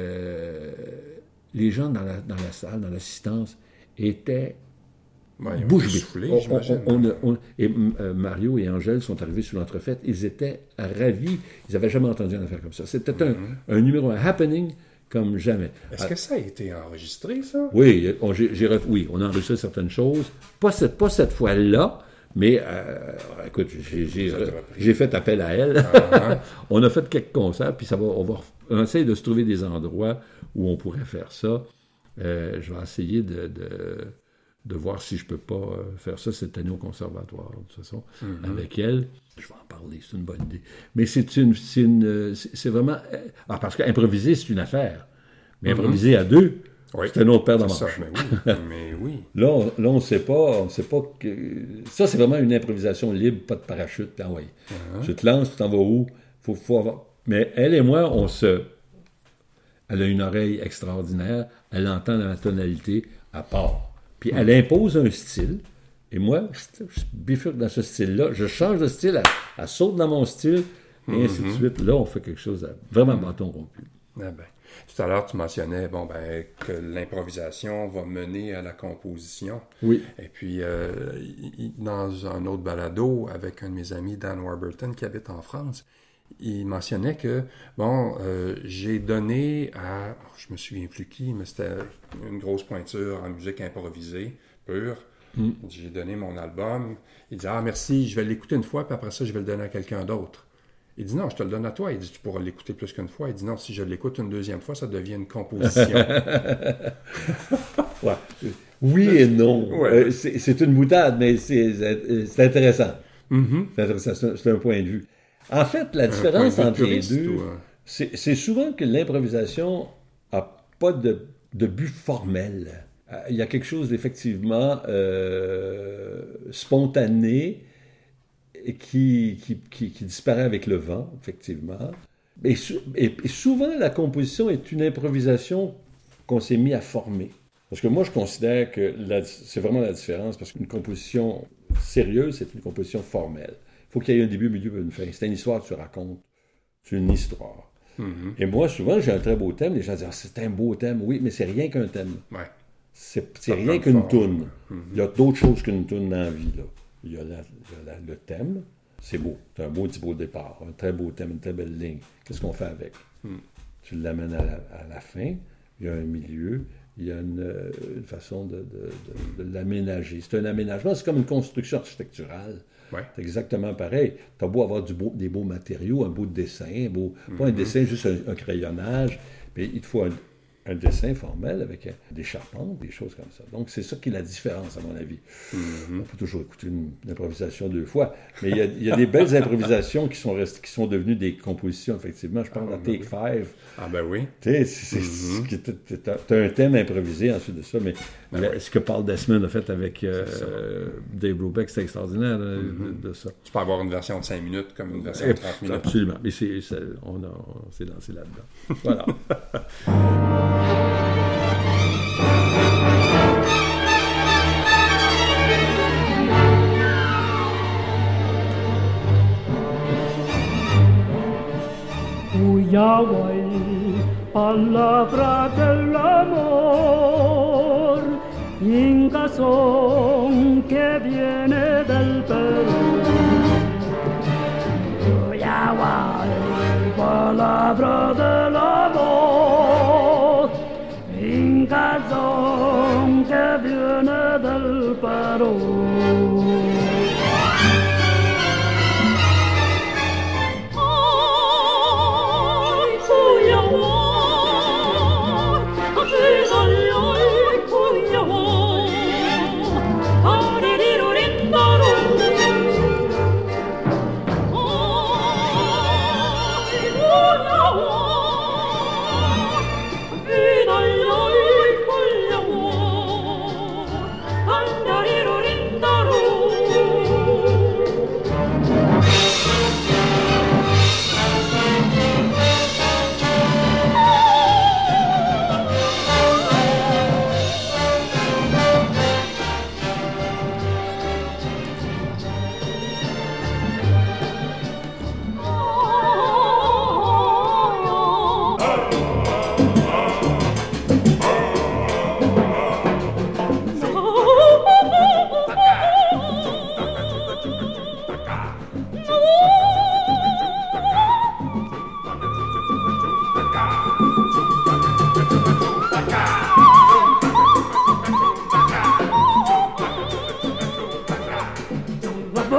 dans la salle, dans l'assistance, étaient bouche bée. Et Mario et Angèle sont arrivés sur l'entrefaite. Ils étaient ravis. Ils n'avaient jamais entendu une affaire comme ça. C'était un numéro, un happening comme jamais. Est-ce que ça a été enregistré, ça? Oui, on a enregistré certaines choses. Pas cette fois-là, mais écoute, j'ai fait appel à elle. On a fait quelques concerts, puis on essaie de se trouver des endroits où on pourrait faire ça. Je vais essayer de voir si je peux pas faire ça cette année au conservatoire, de toute façon, avec elle. Je vais en parler, c'est une bonne idée. Mais c'est vraiment... parce qu'improviser, c'est une affaire. Mais improviser à deux, c'est un autre paire de manches. Mais oui. Là, on ne sait pas que... Ça, c'est vraiment une improvisation libre, pas de parachute. Tu te lances, tu t'en vas où? Faut avoir... Mais elle et moi, elle a une oreille extraordinaire, elle entend dans la tonalité à part. Puis elle impose un style, et moi, je bifurque dans ce style-là, je change de style, elle saute dans mon style, et ainsi de suite. Là, on fait quelque chose de vraiment bâton rompu. Ah ben. Tout à l'heure, tu mentionnais que l'improvisation va mener à la composition. Oui. Et puis, dans un autre balado, avec un de mes amis, Dan Warburton, qui habite en France, il mentionnait que, j'ai donné à, je me souviens plus qui, mais c'était une grosse pointure en musique improvisée, pure. J'ai donné mon album. Il dit, merci, je vais l'écouter une fois, puis après ça, je vais le donner à quelqu'un d'autre. Il dit, non, je te le donne à toi. Il dit, tu pourras l'écouter plus qu'une fois. Il dit, non, si je l'écoute une deuxième fois, ça devient une composition. Oui et non. Ouais. C'est une boutade, mais c'est intéressant. C'est intéressant, c'est un point de vue. En fait, la différence entre les deux, c'est souvent que l'improvisation n'a pas de but formel. Il y a quelque chose d'effectivement spontané qui disparaît avec le vent, effectivement. Et souvent, la composition est une improvisation qu'on s'est mis à former. Parce que moi, je considère que c'est vraiment la différence, parce qu'une composition sérieuse, c'est une composition formelle. Il faut qu'il y ait un début, un milieu et une fin. C'est une histoire que tu racontes. C'est une histoire. Et moi, souvent, j'ai un très beau thème. Les gens disent, c'est un beau thème. Oui, mais c'est rien qu'un thème. Ouais. C'est rien qu'une toune. Il y a d'autres choses qu'une toune dans la vie, là. Il y a le thème, c'est beau. C'est un beau départ, un très beau thème, une très belle ligne. Qu'est-ce qu'on fait avec? Tu l'amènes à la fin, il y a un milieu, il y a une façon de l'aménager. C'est un aménagement, c'est comme une construction architecturale. Ouais. C'est exactement pareil. Tu as beau avoir des beaux matériaux, un beau dessin, pas un dessin, juste un crayonnage, mais il te faut un dessin formel avec des charpentes, des choses comme ça. Donc, c'est ça qui est la différence, à mon avis. On peut toujours écouter une improvisation deux fois, mais il y a des belles improvisations qui sont devenues des compositions, effectivement. Je parle de Take 5. Ah ben oui. Tu sais, t'as un thème improvisé ensuite de ça, mais ce que Paul Desmond a fait avec Dave Brubeck, c'est extraordinaire de ça. Tu peux avoir une version de 5 minutes comme une version de 30 minutes. Absolument, mais on s'est lancé là-dedans. Voilà. Yahweh, palabra del amor, incazón que viene del Perú. Yahweh, palabra del amor, incazón que viene del Perú.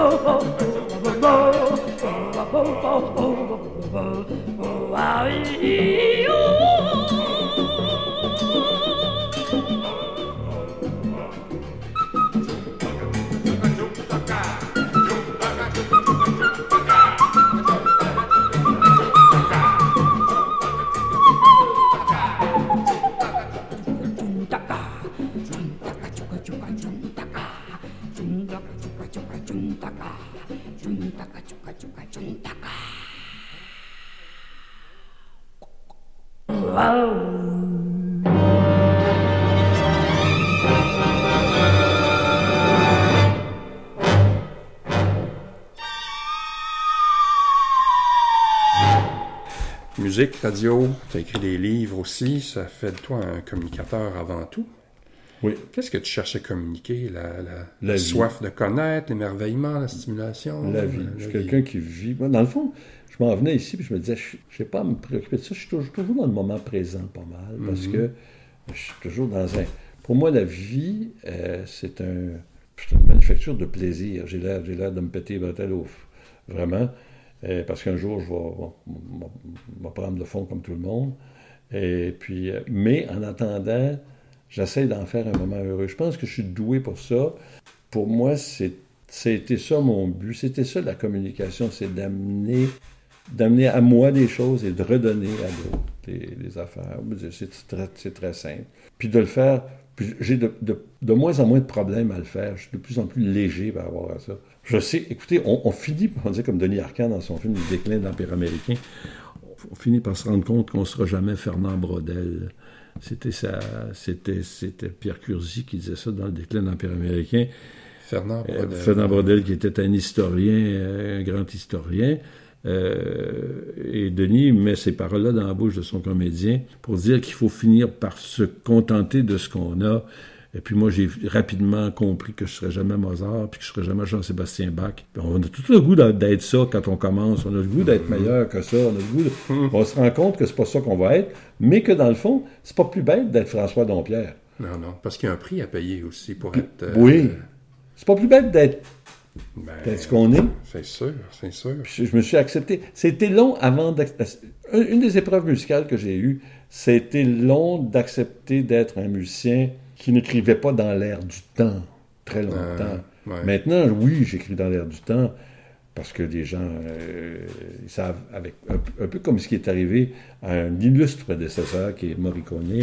Musique, radio, tu as écrit des livres aussi, ça fait de toi un communicateur avant tout. Oui. Qu'est-ce que tu cherchais à communiquer? La La vie. soif de connaître, l'émerveillement, la stimulation? La vie. Je suis quelqu'un qui vit. Moi, dans le fond, je m'en venais ici, puis je me disais, je ne sais pas à me préoccuper de ça. Je suis toujours dans le moment présent, pas mal, parce que je suis toujours dans un. Pour moi, la vie, c'est une manufacture de plaisir. J'ai l'air de me péter les bretelles vraiment. Parce qu'un jour, je vais prendre le fond comme tout le monde. Et puis, mais en attendant, j'essaie d'en faire un moment heureux. Je pense que je suis doué pour ça. Pour moi, c'était ça mon but. C'était ça la communication, c'est d'amener à moi des choses et de redonner à d'autres des affaires. C'est très simple. Puis de le faire, puis j'ai de moins en moins de problèmes à le faire. Je suis de plus en plus léger par rapport à ça. Je sais, écoutez, on finit, on dit comme Denis Arcand dans son film Le déclin de l'Empire américain, on finit par se rendre compte qu'on ne sera jamais Fernand Braudel. C'était Pierre Curzi qui disait ça dans Le déclin de l'Empire américain. Fernand Braudel. Fernand Braudel qui était un historien, un grand historien. Et Denis met ces paroles-là dans la bouche de son comédien pour dire qu'il faut finir par se contenter de ce qu'on a. Et puis moi, j'ai rapidement compris que je ne serais jamais Mozart, puis que je ne serais jamais Jean-Sébastien Bach. Puis on a tout le goût d'être ça quand on commence. On a le goût d'être meilleur que ça. On a le goût on se rend compte que c'est pas ça qu'on va être, mais que dans le fond, c'est pas plus bête d'être François Dompierre. Non, parce qu'il y a un prix à payer aussi pour être... Oui. C'est pas plus bête d'être ce qu'on est. C'est sûr. Puis je me suis accepté. C'était long avant une des épreuves musicales que j'ai eues, c'était long d'accepter d'être un musicien qui n'écrivait pas dans l'air du temps très longtemps. Ouais. Maintenant, oui, j'écris dans l'air du temps parce que les gens ils savent, avec un peu comme ce qui est arrivé à un illustre prédécesseur qui est Morricone.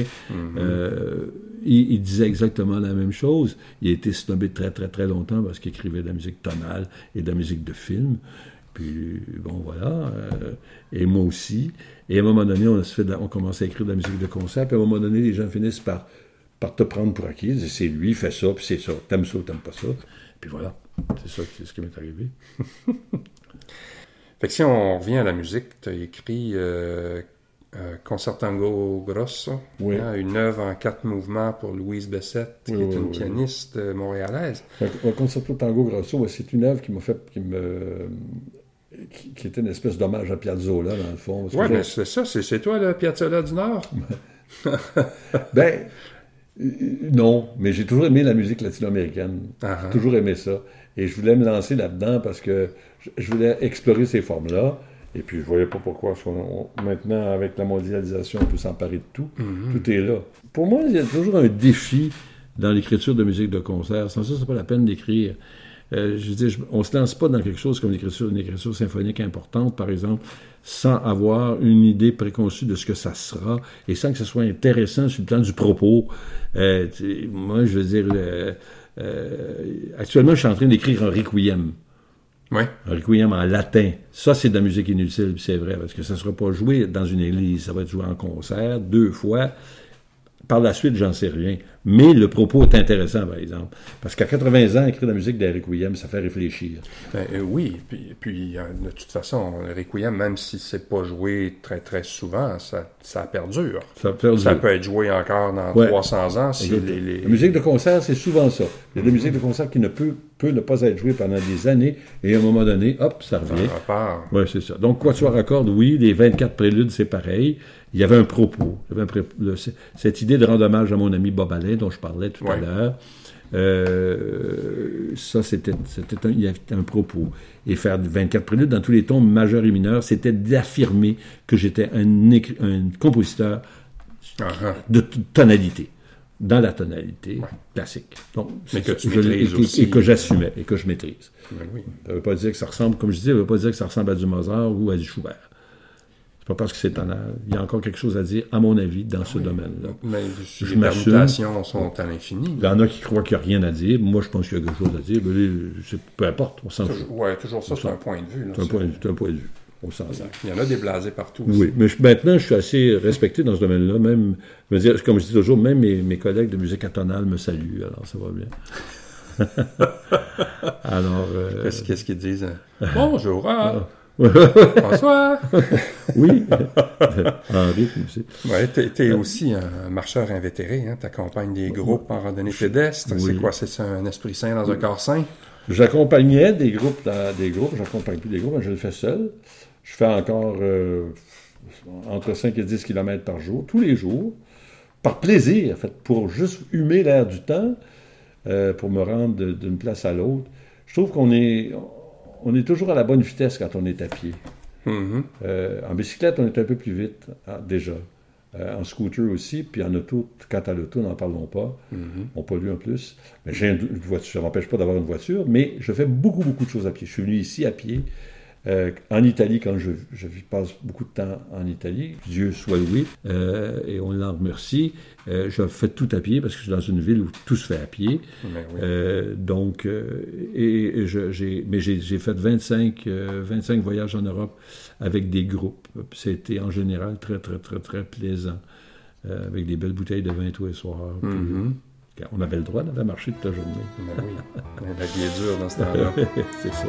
Il disait exactement la même chose. Il a été snobé très, très, très longtemps parce qu'il écrivait de la musique tonale et de la musique de film. Puis, bon, voilà. Et moi aussi. Et à un moment donné, on commençait à écrire de la musique de concert. Puis à un moment donné, les gens finissent par te prendre pour acquis. Ils disent, c'est lui, il fait ça, puis c'est ça. T'aimes ça ou t'aimes pas ça. Puis voilà. C'est ce qui m'est arrivé. Fait que si on revient à la musique, tu as écrit Concertango Grosso, oui. Une œuvre en 4 mouvements pour Louise Bessette, qui est une pianiste montréalaise. Concertango Grosso, c'est une œuvre qui était une espèce d'hommage à Piazzolla, dans le fond. Oui, mais c'est ça, c'est toi le Piazzolla du Nord? Non, mais j'ai toujours aimé la musique latino-américaine. J'ai toujours aimé ça. Et je voulais me lancer là-dedans parce que je voulais explorer ces formes-là. Et puis, je voyais pas pourquoi. Maintenant, avec la mondialisation, on peut s'emparer de tout. Tout est là. Pour moi, il y a toujours un défi dans l'écriture de musique de concert. Sans ça, c'est pas la peine d'écrire. Je veux dire, on ne se lance pas dans quelque chose comme une écriture symphonique importante, par exemple, sans avoir une idée préconçue de ce que ça sera et sans que ce soit intéressant sur le plan du propos. Moi, je veux dire, actuellement, je suis en train d'écrire un requiem. Oui. Un requiem en latin. Ça, c'est de la musique inutile, c'est vrai, parce que ça ne sera pas joué dans une église. Ça va être joué en concert, 2 fois. Par la suite, j'en sais rien. Mais le propos est intéressant, par exemple. Parce qu'à 80 ans, écrire de la musique des requiem, ça fait réfléchir. Oui, puis de toute façon, le requiem, même si c'est pas joué très, très souvent, ça perdure. Ça peut être joué encore dans 300 ans. Si La musique de concert, c'est souvent ça. Il y a des musiques de concert qui ne peut ne pas être jouée pendant des années, et à un moment donné, hop, ça revient. Ça repart. Oui, c'est ça. Donc, Quatuor à cordes, oui, les 24 préludes, c'est pareil. Il y avait un propos. Cette idée de rendre hommage à mon ami Bob Alain, dont je parlais tout à l'heure. ça, il y avait un propos. Et faire 24 préludes dans tous les tons majeurs et mineurs, c'était d'affirmer que j'étais un compositeur de tonalité, dans la tonalité classique. Donc, mais que tu maîtrises aussi. Et que j'assumais, et que je maîtrise. Ben oui. Ça ne veut pas dire que ça ressemble, comme je disais, ça ne veut pas dire que ça ressemble à du Mozart ou à du Schubert. C'est pas parce que c'est il y a encore quelque chose à dire, à mon avis, dans ce domaine-là. Mais les permutations sont à l'infini. Il y en a qui croient qu'il n'y a rien à dire. Moi, je pense qu'il y a quelque chose à dire. Mais peu importe, on s'en fout. Oui, toujours ça, c'est un point de vue. Là, c'est un point de vue. On s'en fout. Il y en a des blasés partout. Oui, mais maintenant, je suis assez respecté dans ce domaine-là. Même, je veux dire, comme je dis toujours, même mes collègues de musique atonale me saluent. Alors, ça va bien. Alors... Qu'est-ce qu'ils disent? Bonjour, François! Oui, Henri aussi. Oui, t'es aussi un marcheur invétéré, hein? T'accompagnes des groupes en randonnée pédestre. Oui. C'est quoi, c'est un esprit sain dans un corps sain? J'accompagnais des groupes j'accompagne plus des groupes, mais je le fais seul. Je fais encore entre 5 et 10 km par jour, tous les jours, par plaisir, en fait, pour juste humer l'air du temps, pour me rendre d'une place à l'autre. Je trouve qu'on est toujours à la bonne vitesse quand on est à pied. Mm-hmm. En bicyclette, on est un peu plus vite, déjà. En scooter aussi, puis en auto, quant à l'auto, n'en parlons pas. Mm-hmm. On pollue en plus. Mais j'ai une voiture, ça ne m'empêche pas d'avoir une voiture, mais je fais beaucoup de choses à pied. Je suis venu ici à pied. En Italie, quand je passe beaucoup de temps en Italie, Dieu soit loué, et on l'en remercie, je fais tout à pied parce que je suis dans une ville où tout se fait à pied. Oui. J'ai fait 25 voyages en Europe avec des groupes. C'était en général très, très, très, très plaisant, avec des belles bouteilles de vin tous les soirs. Puis, on avait le droit d'aller marcher toute la journée. Ben oui, la vie est dure dans ce temps-là. C'est ça.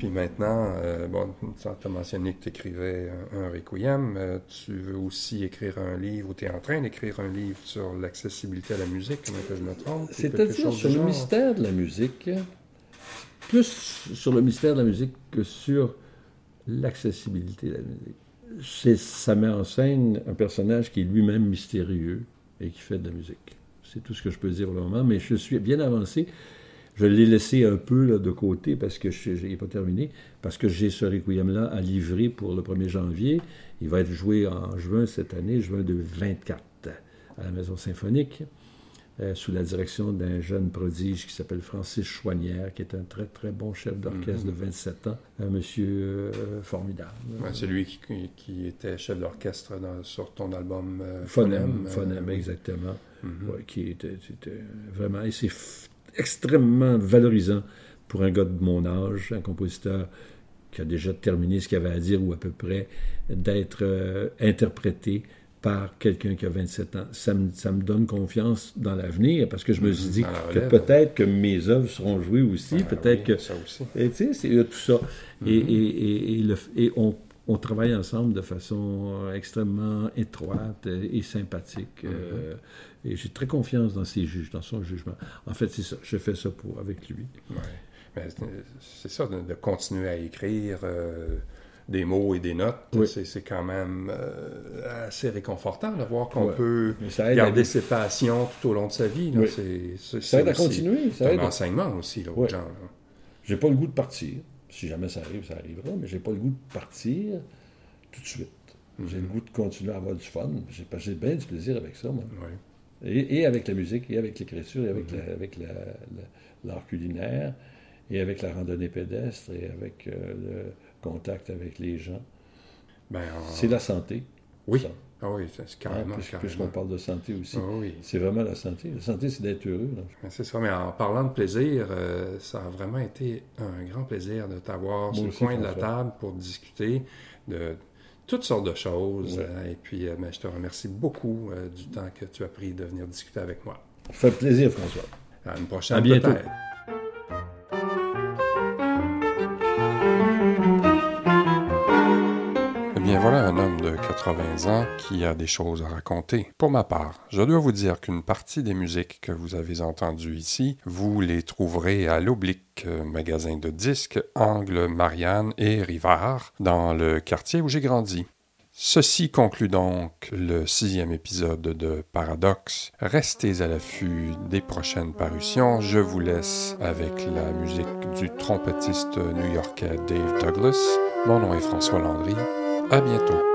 Puis maintenant, tu as mentionné que tu écrivais un requiem. Tu veux aussi écrire un livre, ou tu es en train d'écrire un livre sur l'accessibilité à la musique, comment que je me trompe? C'est-à-dire sur le mystère de la musique, plus sur le mystère de la musique que sur l'accessibilité de la musique. Ça met en scène un personnage qui est lui-même mystérieux et qui fait de la musique. C'est tout ce que je peux dire pour le moment, mais je suis bien avancé. Je l'ai laissé un peu là, de côté parce que je n'ai pas terminé, parce que j'ai ce requiem-là à livrer pour le 1er janvier. Il va être joué en juin cette année, juin 2024, à la Maison Symphonique, sous la direction d'un jeune prodige qui s'appelle Francis Chouanière, qui est un très, très bon chef d'orchestre de 27 ans, un monsieur formidable. Ouais, c'est lui qui était chef d'orchestre sur ton album Phonème, exactement. Ouais, qui était vraiment... Et c'est extrêmement valorisant pour un gars de mon âge, un compositeur qui a déjà terminé ce qu'il avait à dire, ou à peu près, d'être interprété par quelqu'un qui a 27 ans. Ça me donne confiance dans l'avenir, parce que je me suis dit que peut-être que mes œuvres seront jouées aussi, peut-être que... Ça aussi. Et tu sais, c'est tout ça. Et on travaille ensemble de façon extrêmement étroite et sympathique. Et j'ai très confiance dans son jugement. En fait, c'est ça. Je fais ça avec lui. Ouais. Mais c'est ça, de continuer à écrire des mots et des notes. Oui. C'est quand même assez réconfortant de voir qu'on peut garder ses passions tout au long de sa vie. Là. Oui. Ça aide à continuer. C'est un enseignement aussi là, aux gens. Là. J'ai pas le goût de partir. Si jamais ça arrive, ça arrivera, mais j'ai pas le goût de partir tout de suite. J'ai le goût de continuer à avoir du fun. J'ai bien du plaisir avec ça, moi. Oui. Et avec la musique, et avec l'écriture, et avec l'art culinaire, et avec la randonnée pédestre, et avec le contact avec les gens. C'est la santé. Oui. Ça. Ah oui, c'est carrément. Puisqu'on parle de santé aussi. Ah oui. C'est vraiment la santé. La santé, c'est d'être heureux. C'est ça, mais en parlant de plaisir, ça a vraiment été un grand plaisir de t'avoir sur le coin de la table pour discuter de toutes sortes de choses. Et puis, je te remercie beaucoup du temps que tu as pris de venir discuter avec moi. Ça fait plaisir, François. À une prochaine, à bientôt. Peut-être. Bien, voilà un homme de 80 ans qui a des choses à raconter. Pour ma part, je dois vous dire qu'une partie des musiques que vous avez entendues ici, vous les trouverez à l'Oblique, magasin de disques, Angle, Marianne et Rivard, dans le quartier où j'ai grandi. Ceci conclut donc le 6e épisode de Paradoxe. Restez à l'affût des prochaines parutions. Je vous laisse avec la musique du trompettiste new-yorkais Dave Douglas. Mon nom est François Landry. À bientôt.